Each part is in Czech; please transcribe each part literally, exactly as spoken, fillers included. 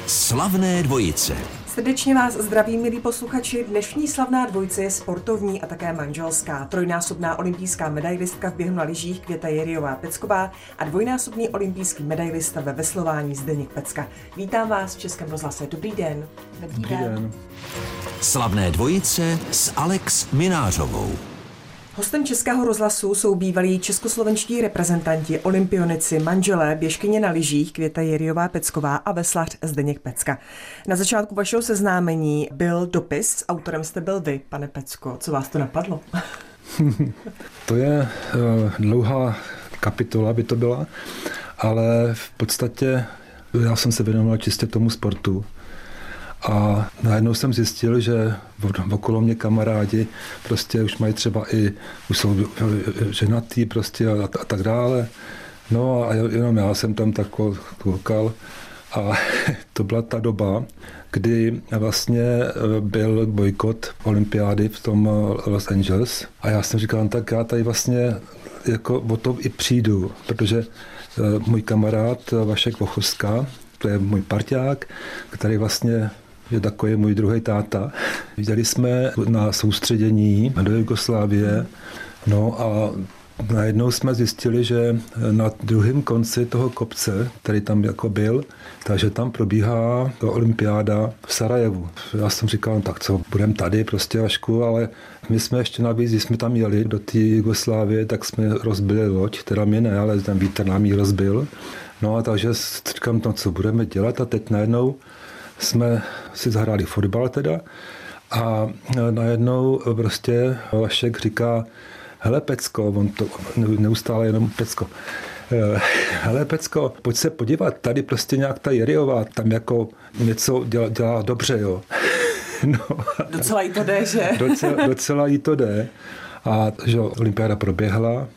Slavné dvojice. Srdečně vás zdraví, milí posluchači. Dnešní slavná dvojice je sportovní a také manželská. Trojnásobná olympijská medailistka v běhu na lyžích Květa Jiříová-Pecková a dvojnásobný olympijský medailista ve veslování Zdeněk Pecka. Vítám vás v Českém rozhlase. Dobrý den. Dobrý, Dobrý den. den. Slavné dvojice s Alex Minářovou. Hostem Českého rozhlasu jsou bývalí českoslovenští reprezentanti, olympionici, manželé, běžkyně na lyžích Květa Jiříová-Pecková a veslař Zdeněk Pecka. Na začátku vašeho seznámení byl dopis, autorem jste byl vy, pane Pecko. Co vás to napadlo? To je uh, dlouhá kapitola, by to byla, ale v podstatě já jsem se věnoval čistě tomu sportu. A najednou jsem zjistil, že okolo mě kamarádi prostě už mají třeba i, už jsou ženatý prostě a, a tak dále. No a jenom já jsem tam tak koukal a to byla ta doba, kdy vlastně byl bojkot olympiády v tom Los Angeles a já jsem říkal, tak já tady vlastně jako o to i přijdu, protože můj kamarád Vašek Vochoska, to je můj parťák, který vlastně je takový můj druhý táta. Viděli jsme na soustředění do Jugoslávie, no a najednou jsme zjistili, že na druhém konci toho kopce, který tam jako byl, takže tam probíhá olympiáda v Sarajevu. Já jsem říkal, no tak co, budeme tady prostě, Vašku, ale my jsme ještě navíc, když jsme tam jeli do té Jugoslávie, tak jsme rozbili loď, teda mě ne, ale ten vítr nám ji rozbil. No a takže říkám, no co budeme dělat a teď najednou jsme si zahráli fotbal teda a najednou prostě Vašek říká, hele Pecko, on to neustále jenom Pecko, hele Pecko, pojď se podívat, tady prostě nějak ta Jiříová tam jako něco dělá, dělá dobře, jo. No. Docela jí to jde, že? Docela, docela jí to jde a že olympiáda proběhla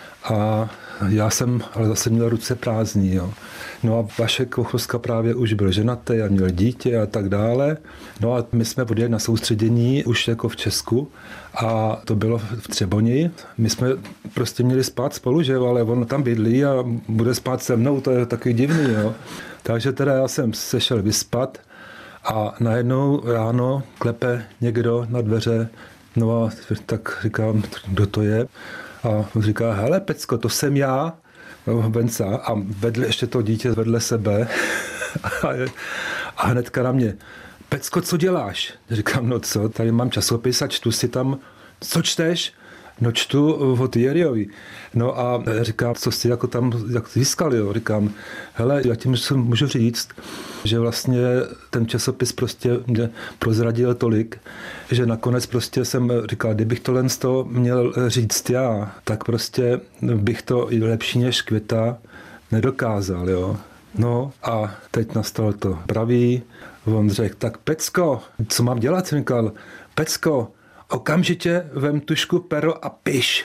a já jsem ale zase měl ruce prázdný, jo. No a Vašek Vochoska právě už byl ženatý a měl dítě a tak dále. No a my jsme odjeli na soustředění už jako v Česku a to bylo v Třeboni. My jsme prostě měli spát spolu, že ale on tam bydlí a bude spát se mnou, to je takový divný, jo. Takže teda já jsem se šel vyspat a najednou ráno klepe někdo na dveře, no a tak říkám, kdo to je? A on říká, hele Pecko, to jsem já, Venca, a vedle ještě to dítě vedle sebe a, a hnedka na mě, Pecko, co děláš? Říkám, no co, tady mám časopis a čtu si tam, co čteš? No čtu od Jiříovy. No a říkám, co jsi jako tam jak získal, jo? Říkám, hele, já ti můžu říct, že vlastně ten časopis prostě mě prozradil tolik, že nakonec prostě jsem říkal, kdybych to len z toho měl říct já, tak prostě bych to i lepší než Květa nedokázal, jo. No a teď nastalo to pravý, on řekl, tak Pecko, co mám dělat? Jsem říkal, Pecko, okamžitě vem tušku, pero a piš.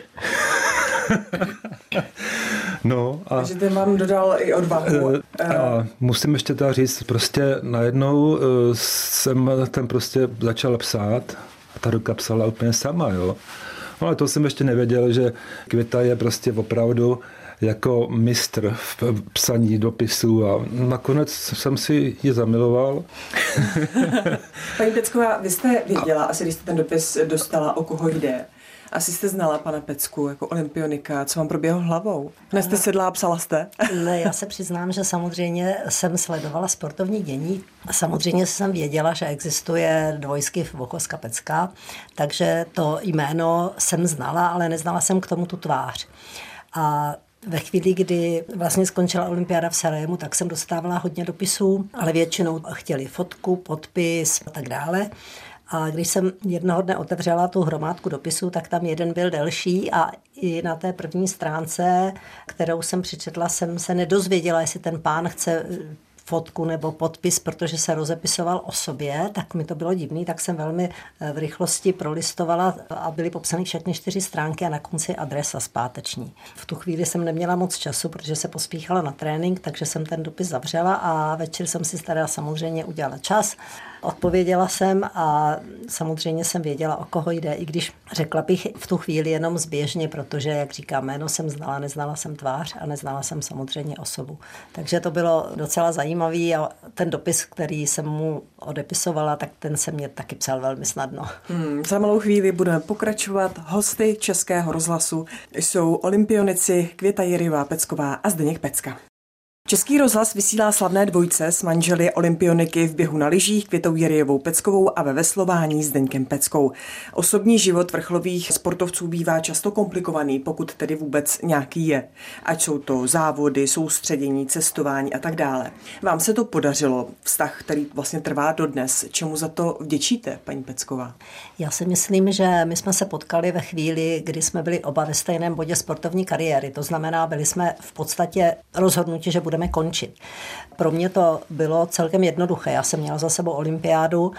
No a, takže ten vám dodal i odvahu. A musím ještě teda říct, prostě najednou jsem ten prostě začal psát a ta ruka psala úplně sama, jo. No, ale to jsem ještě nevěděl, že Květa je prostě opravdu jako mistr v psaní dopisů a nakonec jsem si ji zamiloval. Paní Pecková, vy jste věděla, asi když jste ten dopis dostala, o koho jde. Asi jste znala pana Pecku jako olympionika, co vám proběhlo hlavou? Dnes jste sedla a psala jste? Ne, já se přiznám, že samozřejmě jsem sledovala sportovní dění. Samozřejmě jsem věděla, že existuje dvojsky Vochoska Pecka, takže to jméno jsem znala, ale neznala jsem k tomu tu tvář. A ve chvíli, kdy vlastně skončila olympiáda v Sarajevu, tak jsem dostávala hodně dopisů, ale většinou chtěli fotku, podpis a tak dále. A když jsem jednoho dne otevřela tu hromádku dopisů, tak tam jeden byl delší a i na té první stránce, kterou jsem přečetla, jsem se nedozvěděla, jestli ten pán chce fotku nebo podpis, protože se rozepisoval o sobě, tak mi to bylo divný, tak jsem velmi v rychlosti prolistovala a byly popsány všechny čtyři stránky a na konci adresa zpáteční. V tu chvíli jsem neměla moc času, protože se pospíchala na trénink, takže jsem ten dopis zavřela a večer jsem si teda samozřejmě udělala čas. Odpověděla jsem a samozřejmě jsem věděla, o koho jde, i když řekla bych v tu chvíli jenom zběžně, protože, jak říkám, jméno jsem znala, neznala jsem tvář a neznala jsem samozřejmě osobu. Takže to bylo docela zajímavý a ten dopis, který jsem mu odepisovala, tak ten se mě taky psal velmi snadno. Hmm, za malou chvíli budeme pokračovat. Hosty Českého rozhlasu jsou olympionici Květa Jirijová Pecková a Zdeněk Pecka. Český rozhlas vysílá slavné dvojce s manželi olympioniky v běhu na lyžích Květou Jirijovou Peckovou a ve veslování Zdeňkem Peckou. Osobní život vrcholových sportovců bývá často komplikovaný, pokud tedy vůbec nějaký je. Ať jsou to závody, soustředění, cestování a tak dále. Vám se to podařilo, vztah, který vlastně trvá dodnes. Čemu za to vděčíte, paní Pecková? Já si myslím, že my jsme se potkali ve chvíli, kdy jsme byli oba ve stejném bodě sportovní kariéry. To znamená, byli jsme v podstatě rozhodnuti, že budeme končit. Pro mě to bylo celkem jednoduché. Já jsem měla za sebou olympiádu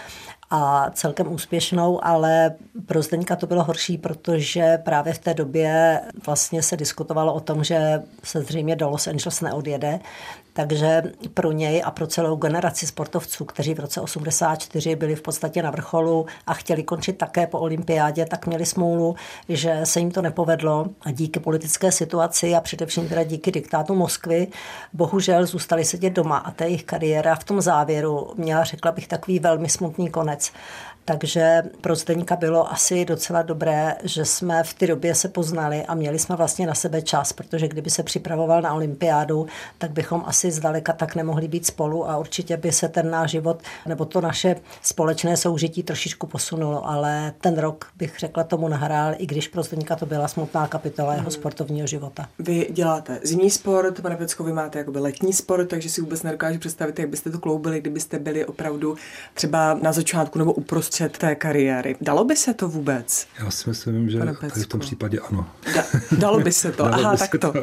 a celkem úspěšnou, ale pro Zdeňka to bylo horší, protože právě v té době vlastně se diskutovalo o tom, že se zřejmě do Los Angeles neodjede. Takže pro něj a pro celou generaci sportovců, kteří v roce osmdesát čtyři byli v podstatě na vrcholu a chtěli končit také po olympiádě, tak měli smůlu, že se jim to nepovedlo a díky politické situaci a především teda díky diktátu Moskvy bohužel zůstali sedět doma a ta jejich kariéra v tom závěru měla, řekla bych, takový velmi smutný konec. Takže pro Zdeňka bylo asi docela dobré, že jsme v té době se poznali a měli jsme vlastně na sebe čas, protože kdyby se připravoval na olympiádu, tak bychom asi zdaleka tak nemohli být spolu a určitě by se ten náš život nebo to naše společné soužití trošičku posunulo, ale ten rok bych řekla tomu nahrál, i když pro Zdeňka to byla smutná kapitola jeho sportovního života. Vy děláte zimní sport, pane Pecko, vy máte jakoby letní sport, takže si vůbec nedokážu představit, jak byste to kloubili, kdybyste byli opravdu třeba na začátku nebo uprostřed té kariéry. Dalo by se to vůbec? Já si myslím, že tady v tom případě ano. Da, dalo by se to. Aha, tak to.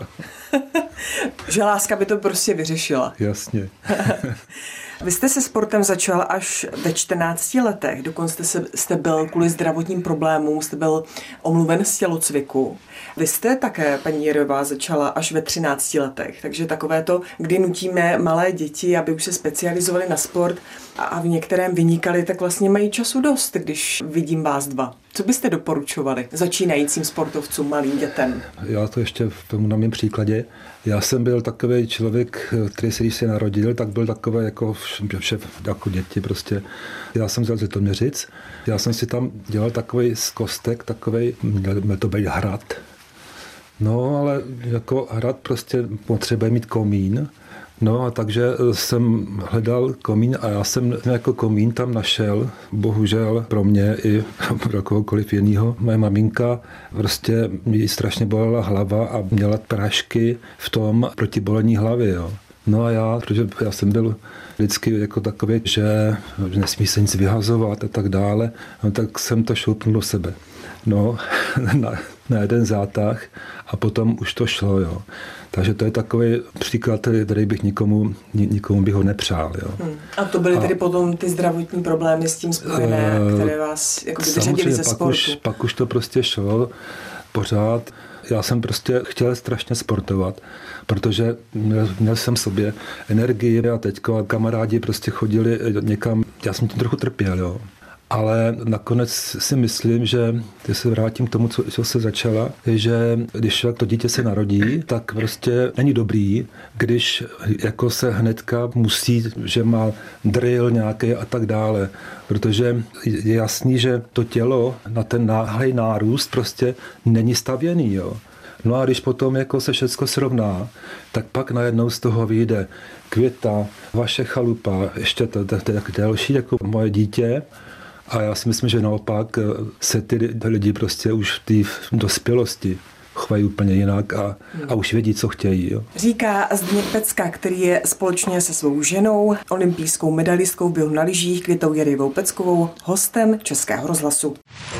Že láska by to prostě vyřešila. Jasně. Vy jste se sportem začal až ve čtrnácti letech, dokonce jste, jste byl kvůli zdravotním problémům, jste byl omluven z tělocviku. Vy jste také, paní Jirijová, začala až ve třinácti letech, takže takové to, kdy nutíme malé děti, aby už se specializovali na sport a v některém vynikali, tak vlastně mají času dost, když vidím vás dva. Co byste doporučovali začínajícím sportovcům, malým dětem? Já to ještě tomu na mém příkladě. Já jsem byl takový člověk, který se, když se narodil, tak byl takový jako vše, jako děti prostě. Já jsem vzal Žitoměřic, já jsem si tam dělal takový z kostek, takový, měl to být hrad. No, ale jako hrad prostě potřebuje mít komín. No a takže jsem hledal komín a já jsem jako komín tam našel, bohužel pro mě i pro kohokoliv jinýho. Moje maminka prostě jí strašně bolela hlava a měla prášky v tom proti bolení hlavy, jo. No a já, protože já jsem byl vždycky jako takový, že nesmí se nic vyhazovat a tak dále, no, tak jsem to šoupnul do sebe. No, na, na jeden zátah a potom už to šlo, jo. Takže to je takový příklad, který bych nikomu, nikomu bych ho nepřál, jo. Hmm. A to byly a, tedy potom ty zdravotní problémy s tím spojené, uh, které vás jako vyřadily ze sportu? Pak už, pak už to prostě šlo pořád. Já jsem prostě chtěl strašně sportovat, protože měl, měl jsem sobě energii a teďko kamarádi prostě chodili někam, já jsem tím trochu trpěl, jo. Ale nakonec si myslím, že, když se vrátím k tomu, co, co se začala, je, že když to dítě se narodí, tak prostě není dobrý, když jako se hnedka musí, že má drill nějaký a tak dále. Protože je jasný, že to tělo na ten náhlej nárůst prostě není stavěný, jo. No a když potom jako se všecko srovná, tak pak najednou z toho vyjde Květa, vaše chalupa, ještě to, to, to, to další jako moje dítě. A já si myslím, že naopak se ty lidi prostě už v té dospělosti chovají úplně jinak a, a už vědí, co chtějí. Jo. Říká Zdeněk Pecka, který je společně se svou ženou, olympijskou medailistkou v běhu na lyžích Květou Jirijovou Peckovou, hostem Českého rozhlasu.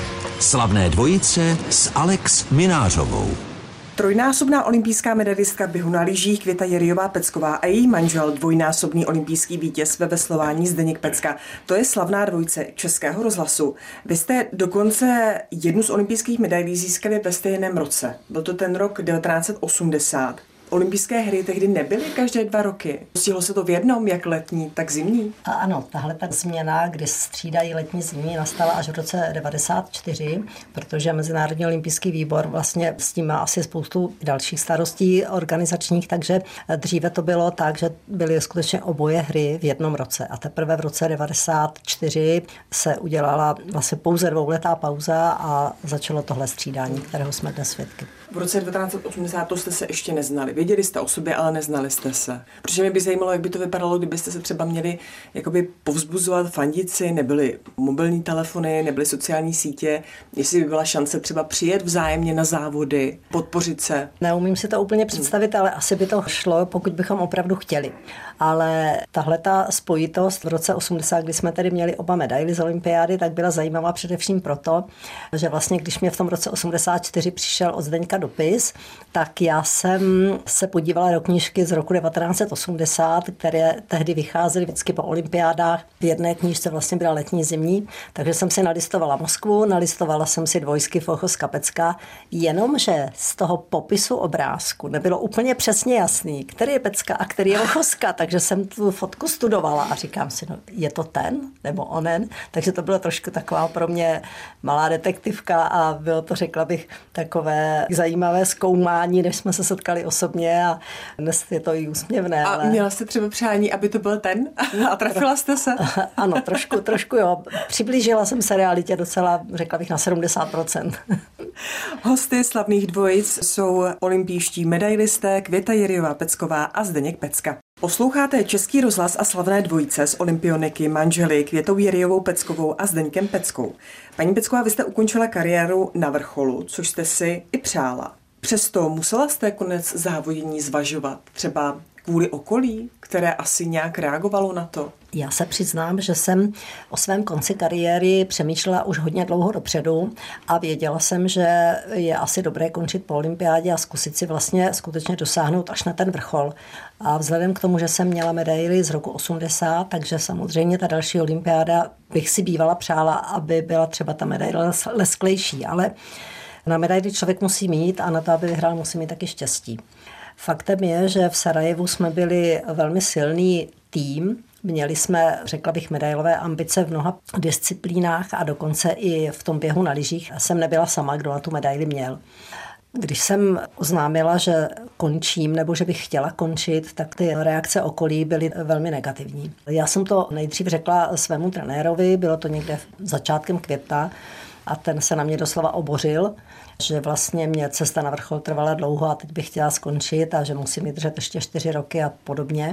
Slavné dvojice s Alex Minářovou. Trojnásobná olympijská medailistka v běhu na lyžích Květa Jirijová Pecková a její manžel, dvojnásobný olympijský vítěz ve veslování Zdeněk Pecka. To je slavná dvojice Českého rozhlasu. Vy jste dokonce jednu z olympijských medailí získali ve stejném roce. Byl to ten rok devatenáct set osmdesát. Olympijské hry tehdy nebyly každé dva roky. Stihlo se to v jednom, jak letní, tak zimní? A ano, tahle ta změna, kdy střídají letní zimní, nastala až v roce devadesát čtyři, protože Mezinárodní olympijský výbor vlastně s tím má asi spoustu dalších starostí organizačních, takže dříve to bylo tak, že byly skutečně oboje hry v jednom roce. A teprve v roce devadesát čtyři se udělala vlastně pouze dvouletá pauza a začalo tohle střídání, kterého jsme dnes svědky. V roce devatenáct set osmdesát to jste se ještě neznali. Věděli jste o sobě, ale neznali jste se. Protože mě by zajímalo, jak by to vypadalo, kdybyste se třeba měli jakoby povzbuzovat, fandit si, nebyly mobilní telefony, nebyly sociální sítě, jestli by byla šance třeba přijet vzájemně na závody, podpořit se. Neumím si to úplně představit, ale asi by to šlo, pokud bychom opravdu chtěli. Ale tahle ta spojitost v roce osmdesát, kdy jsme tedy měli oba medaily z olympiády, tak byla zajímavá především proto, že vlastně když mě v tom roce osmdesát čtyři přišel od Zdeňka dopis, tak já jsem se podívala do knížky z roku devatenáct set osmdesát, které tehdy vycházely vždycky po olympiádách. V jedné knížce vlastně byla letní zimní, takže jsem si nalistovala Moskvu, nalistovala jsem si dvojsky Fochoska-Pecka, jenomže z toho popisu obrázku nebylo úplně přesně jasný, který je Pecka a který je Fochoska, takže jsem tu fotku studovala a říkám si, no, je to ten nebo onen, takže to bylo trošku taková pro mě malá detektivka a bylo to, řekla bych, takové zajímavé zkoumání, než jsme se setkali osobně a dnes je to i úsměvné. A ale... měla jste třeba přání, aby to byl ten a trefila jste se? Ano, trošku, trošku jo. Přiblížila jsem se realitě docela, řekla bych, na sedmdesát procent. Hosty slavných dvojic jsou olympijští medailisté Květa Jiryová-Pecková a Zdeněk Pecka. Posloucháte Český rozhlas a slavné dvojice s olympioniky manžely Květou Jiryovou-Peckovou a Zdeňkem Peckou. Paní Pecková, vy jste ukončila kariéru na vrcholu, což jste si i přála. Přesto musela jste konec závodění zvažovat, třeba kvůli okolí, které asi nějak reagovalo na to? Já se přiznám, že jsem o svém konci kariéry přemýšlela už hodně dlouho dopředu a věděla jsem, že je asi dobré končit po olympiádě a zkusit si vlastně skutečně dosáhnout až na ten vrchol. A vzhledem k tomu, že jsem měla medaili z roku osmdesát, takže samozřejmě ta další olympiáda bych si bývala přála, aby byla třeba ta medaile lesklejší, ale na medaili člověk musí mít a na to, aby vyhrál, musí mít taky štěstí. Faktem je, že v Sarajevu jsme byli velmi silný tým. Měli jsme, řekla bych, medailové ambice v mnoha disciplínách a dokonce i v tom běhu na lyžích jsem nebyla sama, kdo na tu medaili měl. Když jsem oznámila, že končím nebo že bych chtěla končit, tak ty reakce okolí byly velmi negativní. Já jsem to nejdřív řekla svému trenérovi, bylo to někde začátkem května a ten se na mě doslova obořil, že vlastně mě cesta na vrchol trvala dlouho a teď bych chtěla skončit a že musím vydržet ještě čtyři roky a podobně.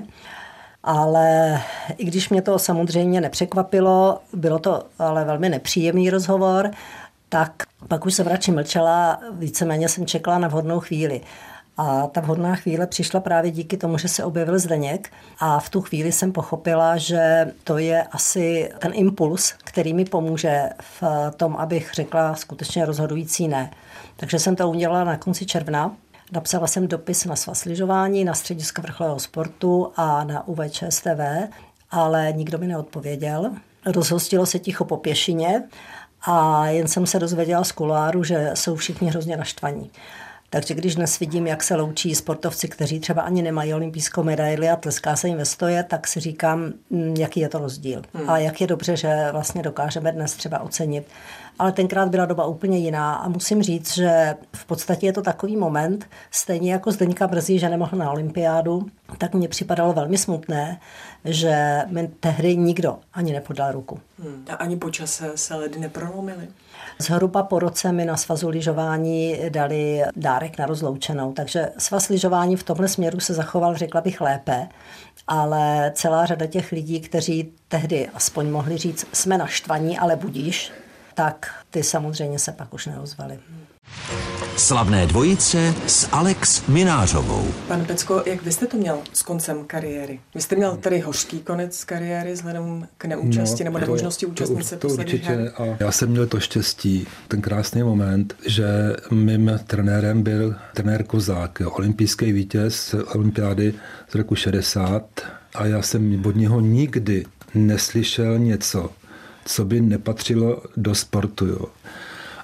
Ale i když mě to samozřejmě nepřekvapilo, bylo to ale velmi nepříjemný rozhovor, tak pak už jsem radši mlčela, víceméně jsem čekala na vhodnou chvíli. A ta vhodná chvíle přišla právě díky tomu, že se objevil Zdeněk a v tu chvíli jsem pochopila, že to je asi ten impuls, který mi pomůže v tom, abych řekla skutečně rozhodující ne. Takže jsem to udělala na konci června. Napsala jsem dopis na Svaz lyžování, na Středisko vrcholového sportu a na U V Č S T V, ale nikdo mi neodpověděl. Rozhostilo se ticho po pěšině a jen jsem se dozvěděla z kuloáru, že jsou všichni hrozně naštvaní. Takže když dnes vidím, jak se loučí sportovci, kteří třeba ani nemají olympijskou medaili a tleská se jim ve stoje, tak si říkám, jaký je to rozdíl. Hmm. A jak je dobře, že vlastně dokážeme dnes třeba ocenit. Ale tenkrát byla doba úplně jiná a musím říct, že v podstatě je to takový moment, stejně jako Zdeňka mrzí, že nemohl na olympiádu, tak mně připadalo velmi smutné, že mi tehdy nikdo ani nepodal ruku. Hmm. A ani po čase se ledy neprolomily? Zhruba po roce mi na Svazu lyžování dali dárek na rozloučenou, takže Svaz lyžování v tomhle směru se zachoval, řekla bych, lépe, ale celá řada těch lidí, kteří tehdy aspoň mohli říct, jsme naštvaní, ale budíš, tak ty samozřejmě se pak už neozvali. Slavné dvojice s Alex Minářovou. Pane Pecko, jak vy jste to měl s koncem kariéry? Vy jste měl tedy hořký konec kariéry vzhledem k neúčasti no, nebo nemožnosti účastnit se posledních her? A já jsem měl to štěstí, ten krásný moment, že mým trenérem byl trenér Kozák, jo, olympijský vítěz olympiády z roku šedesát a já jsem od něho nikdy neslyšel něco, co by nepatřilo do sportu. Jo.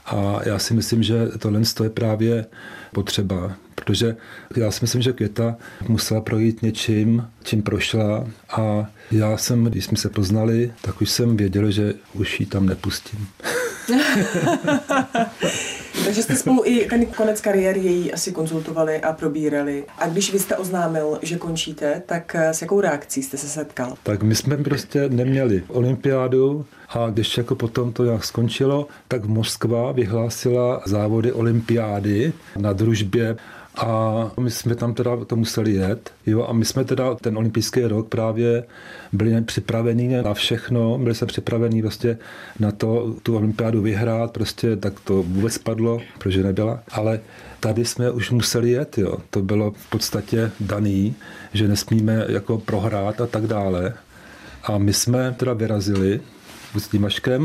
A já si myslím, že tohle je právě potřeba, protože já si myslím, že Květa musela projít něčím, čím prošla a já jsem, když jsme se poznali, tak už jsem věděl, že už ji tam nepustím. Takže jste spolu i ten konec kariéry její asi konzultovali a probírali. A když vy jste oznámil, že končíte, tak s jakou reakcí jste se setkal? Tak my jsme prostě neměli olympiádu a když jako potom to nějak skončilo, tak Moskva vyhlásila závody olympiády na Družbě a my jsme tam teda to museli jet. Jo, a my jsme teda ten olympijský rok právě byli připravení na všechno, byli jsme připravení prostě na to, tu olympiádu vyhrát, prostě tak to vůbec padlo, protože nebyla, ale tady jsme už museli jet, jo. To bylo v podstatě daný, že nesmíme jako prohrát a tak dále. A my jsme teda vyrazili s tím Vaškem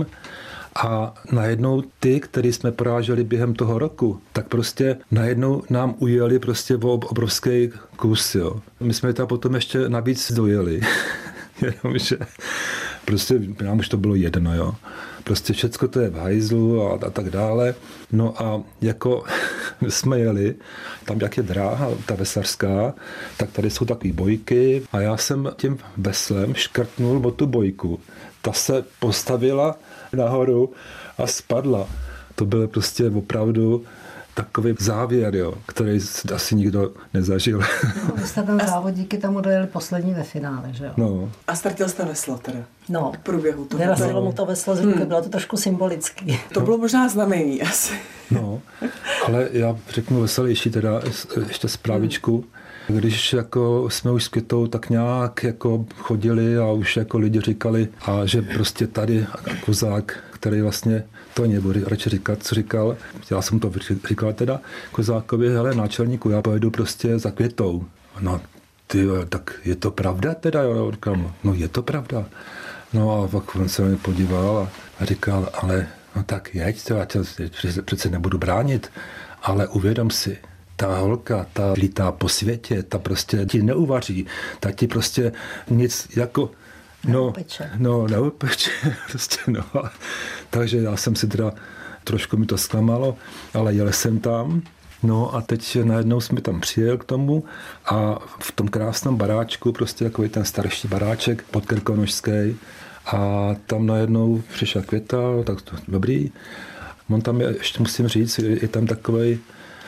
a najednou ty, který jsme poráželi během toho roku, tak prostě najednou nám ujeli prostě obrovský kus, jo. My jsme tam potom ještě navíc dojeli, jenomže prostě nám už to bylo jedno, jo. Prostě všecko to je v hajzlu a, a tak dále. No a jako jsme jeli, tam jak je dráha, ta veslařská, tak tady jsou takové bojky a já jsem tím veslem škrtnul o tu bojku. Ta se postavila nahoru a spadla. To byl prostě opravdu takový závěr, jo, který asi nikdo nezažil. No, vy jste ten závod díky tomu dojeli poslední ve finále, že jo? No. A ztratil jste veslo teda? No. V průběhu toho. Vyrazilo mu to veslo z ruky, hmm. bylo to trošku symbolický. To bylo možná znamení asi. No, ale já řeknu veselější teda ještě zprávičku. Když jako jsme už s Květou tak nějak jako chodili a už jako lidi říkali, a že prostě tady Kozák, který vlastně to nebudu radši říkat, co říkal, já jsem to říkal teda Kozákovi, hele náčelníku, já pojedu prostě za Květou. No ty, tak je to pravda teda? Jo, říkal, no je to pravda. No a pak on se mě podíval a, a říkal, ale no tak jeď, to, já tě přece nebudu bránit, ale uvědom si, ta holka, ta lítá po světě, ta prostě ti neuvaří, ta ti prostě nic jako, no, neupeče. No, neupeče, prostě no. Takže já jsem si teda, trošku mi to zklamalo, ale jel jsem tam, no a teď najednou jsme tam přijel k tomu a v tom krásném baráčku, prostě takový ten starší baráček podkrkonožský a tam najednou přišla Květa, tak to dobrý. On tam je, ještě musím říct, je, je tam takovej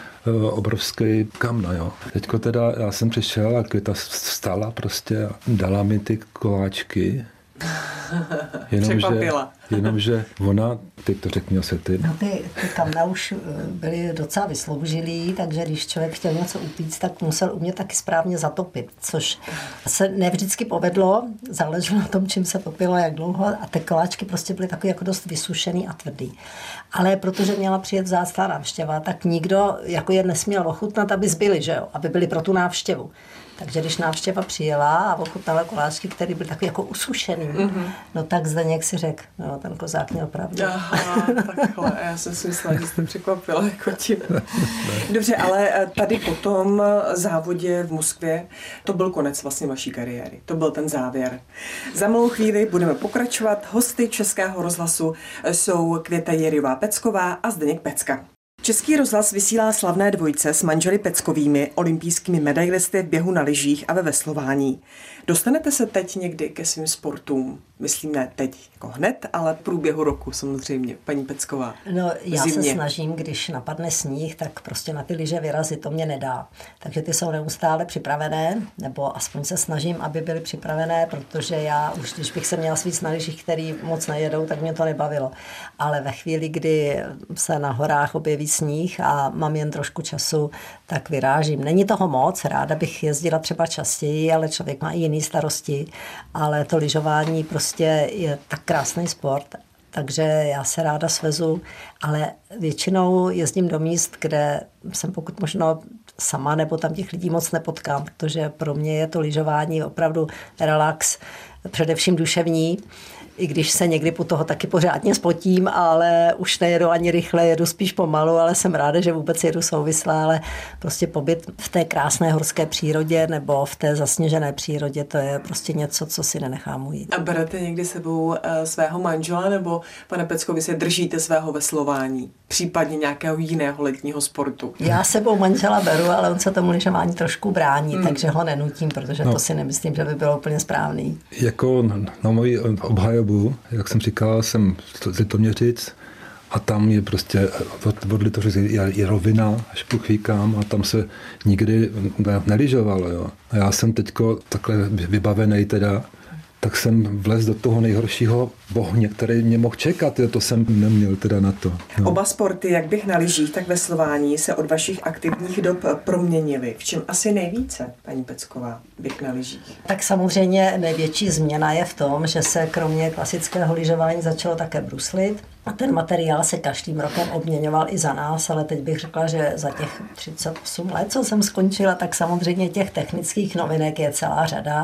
obrovský kamna, jo. Teďko teda já jsem přišel a Květa vstala prostě a dala mi ty koláčky. Jenomže, jenomže ona, teď to řekni asi ty. No ty, ty kamna už byly docela vysloužilý, takže když člověk chtěl něco upít, tak musel umět taky správně zatopit, což se nevždycky povedlo, záleželo na tom, čím se topilo, jak dlouho a ty koláčky prostě byly takový jako dost vysušený a tvrdý. Ale protože měla přijet vzácná návštěva, tak nikdo jako je nesměl ochutnat, aby zbyli, že jo, aby byli pro tu návštěvu. Takže když návštěva přijela a ochutnala koláčky, které byly takový jako usušený, mm-hmm. no tak Zdeněk si řekl, no ten Kozák měl pravdu. Aha, takhle, já jsem si myslela, že jste překvapila jako tím. Dobře, ale tady po tom závodě v Moskvě, to byl konec vlastně vaší kariéry, to byl ten závěr. Za malou chvíli budeme pokračovat. Hosty Českého rozhlasu jsou Květa Jirijová Pecková a Zdeněk Pecka. Český rozhlas vysílá slavné dvojice s manželi Peckovými, olympijskými medailisty v běhu na lyžích a ve veslování. Dostanete se teď někdy ke svým sportům? Myslím ne teď jako hned, ale v průběhu roku samozřejmě, paní Pecková. No já se snažím, když napadne sníh, tak prostě na ty lyže vyrazit, to mě nedá. Takže ty jsou neustále připravené, nebo aspoň se snažím, aby byly připravené, protože já už, když bych se měla svít na lyžích, který moc nejedou, tak mě to nebavilo. Ale ve chvíli, kdy se na horách objeví sníh a mám jen trošku času, tak vyrážím. Není toho moc, ráda bych jezdila třeba častěji, ale člověk má i jiný starosti, ale to lyžování prostě je tak krásný sport, takže já se ráda svezu, ale většinou jezdím do míst, kde jsem pokud možno sama, nebo tam těch lidí moc nepotkám, protože pro mě je to lyžování opravdu relax především duševní, i když se někdy po toho taky pořádně spotím, ale už nejedu ani rychle, jedu spíš pomalu, ale jsem ráda, že vůbec jedu souvisle, ale prostě pobyt v té krásné horské přírodě nebo v té zasněžené přírodě, to je prostě něco, co si nenechám ujít. A berete někdy sebou svého manžela, nebo, pane Pecko, vy se držíte svého veslování, případně nějakého jiného letního sportu? Já sebou manžela beru, ale on se tomu lyžování trošku brání, hmm. takže ho nenutím, protože no. to si nemyslím, že by bylo úplně správný. Jako na moji obhajobu, jak jsem říkal, jsem z Litoměřic a tam je prostě od, od Litoměřic je, je rovina až Pluchvíkám a tam se nikdy nelyžovalo. Jo. A já jsem teďko takhle vybavený teda, tak jsem vlez do toho nejhoršího bohně, který mě mohl čekat, to jsem neměl teda na to. No. Oba sporty, jak bych na lyžích, tak veslování, se od vašich aktivních dob proměnily. V čem asi nejvíce, paní Pecková, bych na lyžích? Tak samozřejmě největší změna je v tom, že se kromě klasického lyžování začalo také bruslit. A ten materiál se každým rokem obměňoval i za nás, ale teď bych řekla, že za těch třicet osm let, co jsem skončila, tak samozřejmě těch technických novinek je celá řada.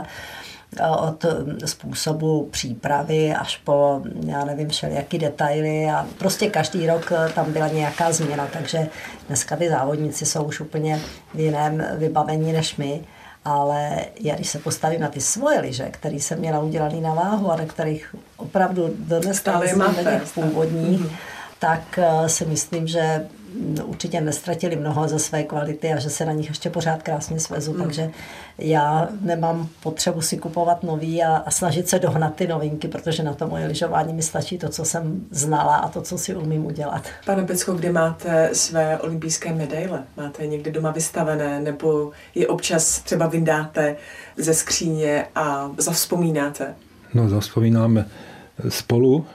Od způsobu přípravy až po, já nevím, všelijaký detaily a prostě každý rok tam byla nějaká změna, takže dneska ty závodníci jsou už úplně v jiném vybavení než my, ale já když se postavím na ty svoje lyže, které jsem měla udělaný na váhu a na kterých opravdu dodnes jezdím na těch původních, mm-hmm. tak si myslím, že určitě nestratili mnoho ze své kvality a že se na nich ještě pořád krásně svezu, mm. takže já nemám potřebu si kupovat nový a, a snažit se dohnat ty novinky, protože na to moje lyžování mi stačí to, co jsem znala a to, co si umím udělat. Pane Pecko, kde máte své olympijské medaile? Máte je někde doma vystavené nebo je občas třeba vyndáte ze skříně a zavzpomínáte? No, zavzpomínáme spolu.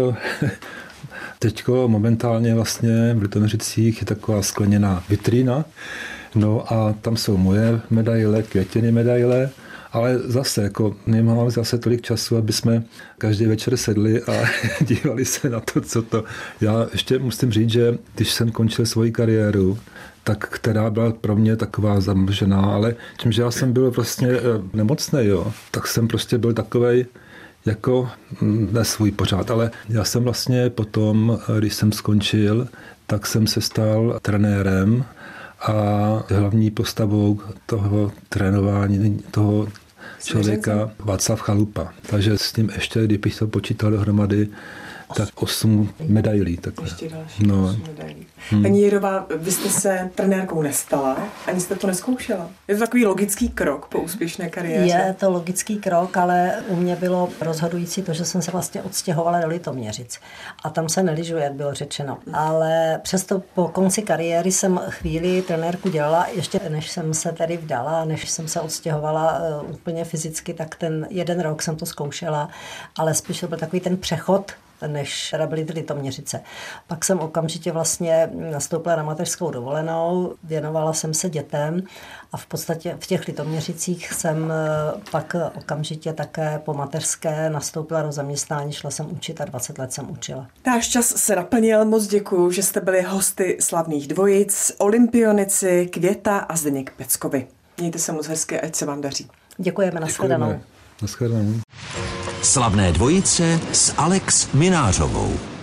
Teďko momentálně vlastně v Litoměřicích je taková skleněná vitrína, no a tam jsou moje medaile, Květiny medaile, ale zase jako nemáme zase tolik času, aby jsme každý večer sedli a dívali se na to, co to. Já ještě musím říct, že když jsem končil svoji kariéru, tak která byla pro mě taková zamlžená, ale tím, že já jsem byl vlastně nemocný, jo, tak jsem prostě byl takovej jako ne svůj pořád, ale já jsem vlastně potom, když jsem skončil, tak jsem se stal trenérem a hlavní postavou toho trénování toho člověka Václav Chalupa. Takže s tím ještě, kdybych to počítal dohromady, tak osm medailí. Takhle. Ještě další no. osm medailí. Hmm. Paní Jirová, vy jste se trenérkou nestala, ani jste to nezkoušela. Je to takový logický krok po úspěšné kariéře? Je to logický krok, ale u mě bylo rozhodující to, že jsem se vlastně odstěhovala do Litoměřic. A tam se nelyžuje, jak bylo řečeno. Ale přesto po konci kariéry jsem chvíli trenérku dělala, ještě než jsem se tedy vdala, než jsem se odstěhovala uh, úplně fyzicky, tak ten jeden rok jsem to zkoušela, ale spíš to byl takový ten přechod, než teda byly ty Litoměřice. Pak jsem okamžitě vlastně nastoupila na mateřskou dovolenou, věnovala jsem se dětem a v podstatě v těch Litoměřicích jsem pak okamžitě také po mateřské nastoupila do zaměstnání, šla jsem učit a dvacet let jsem učila. Náš čas se naplnil, moc děkuju, že jste byli hosty slavných dvojic, olympionici Květa a Zdeněk Peckovi. Mějte se moc hezky, ať se vám daří. Děkujeme, nashledanou. Nashledanou. Slavné dvojice s Alex Minářovou.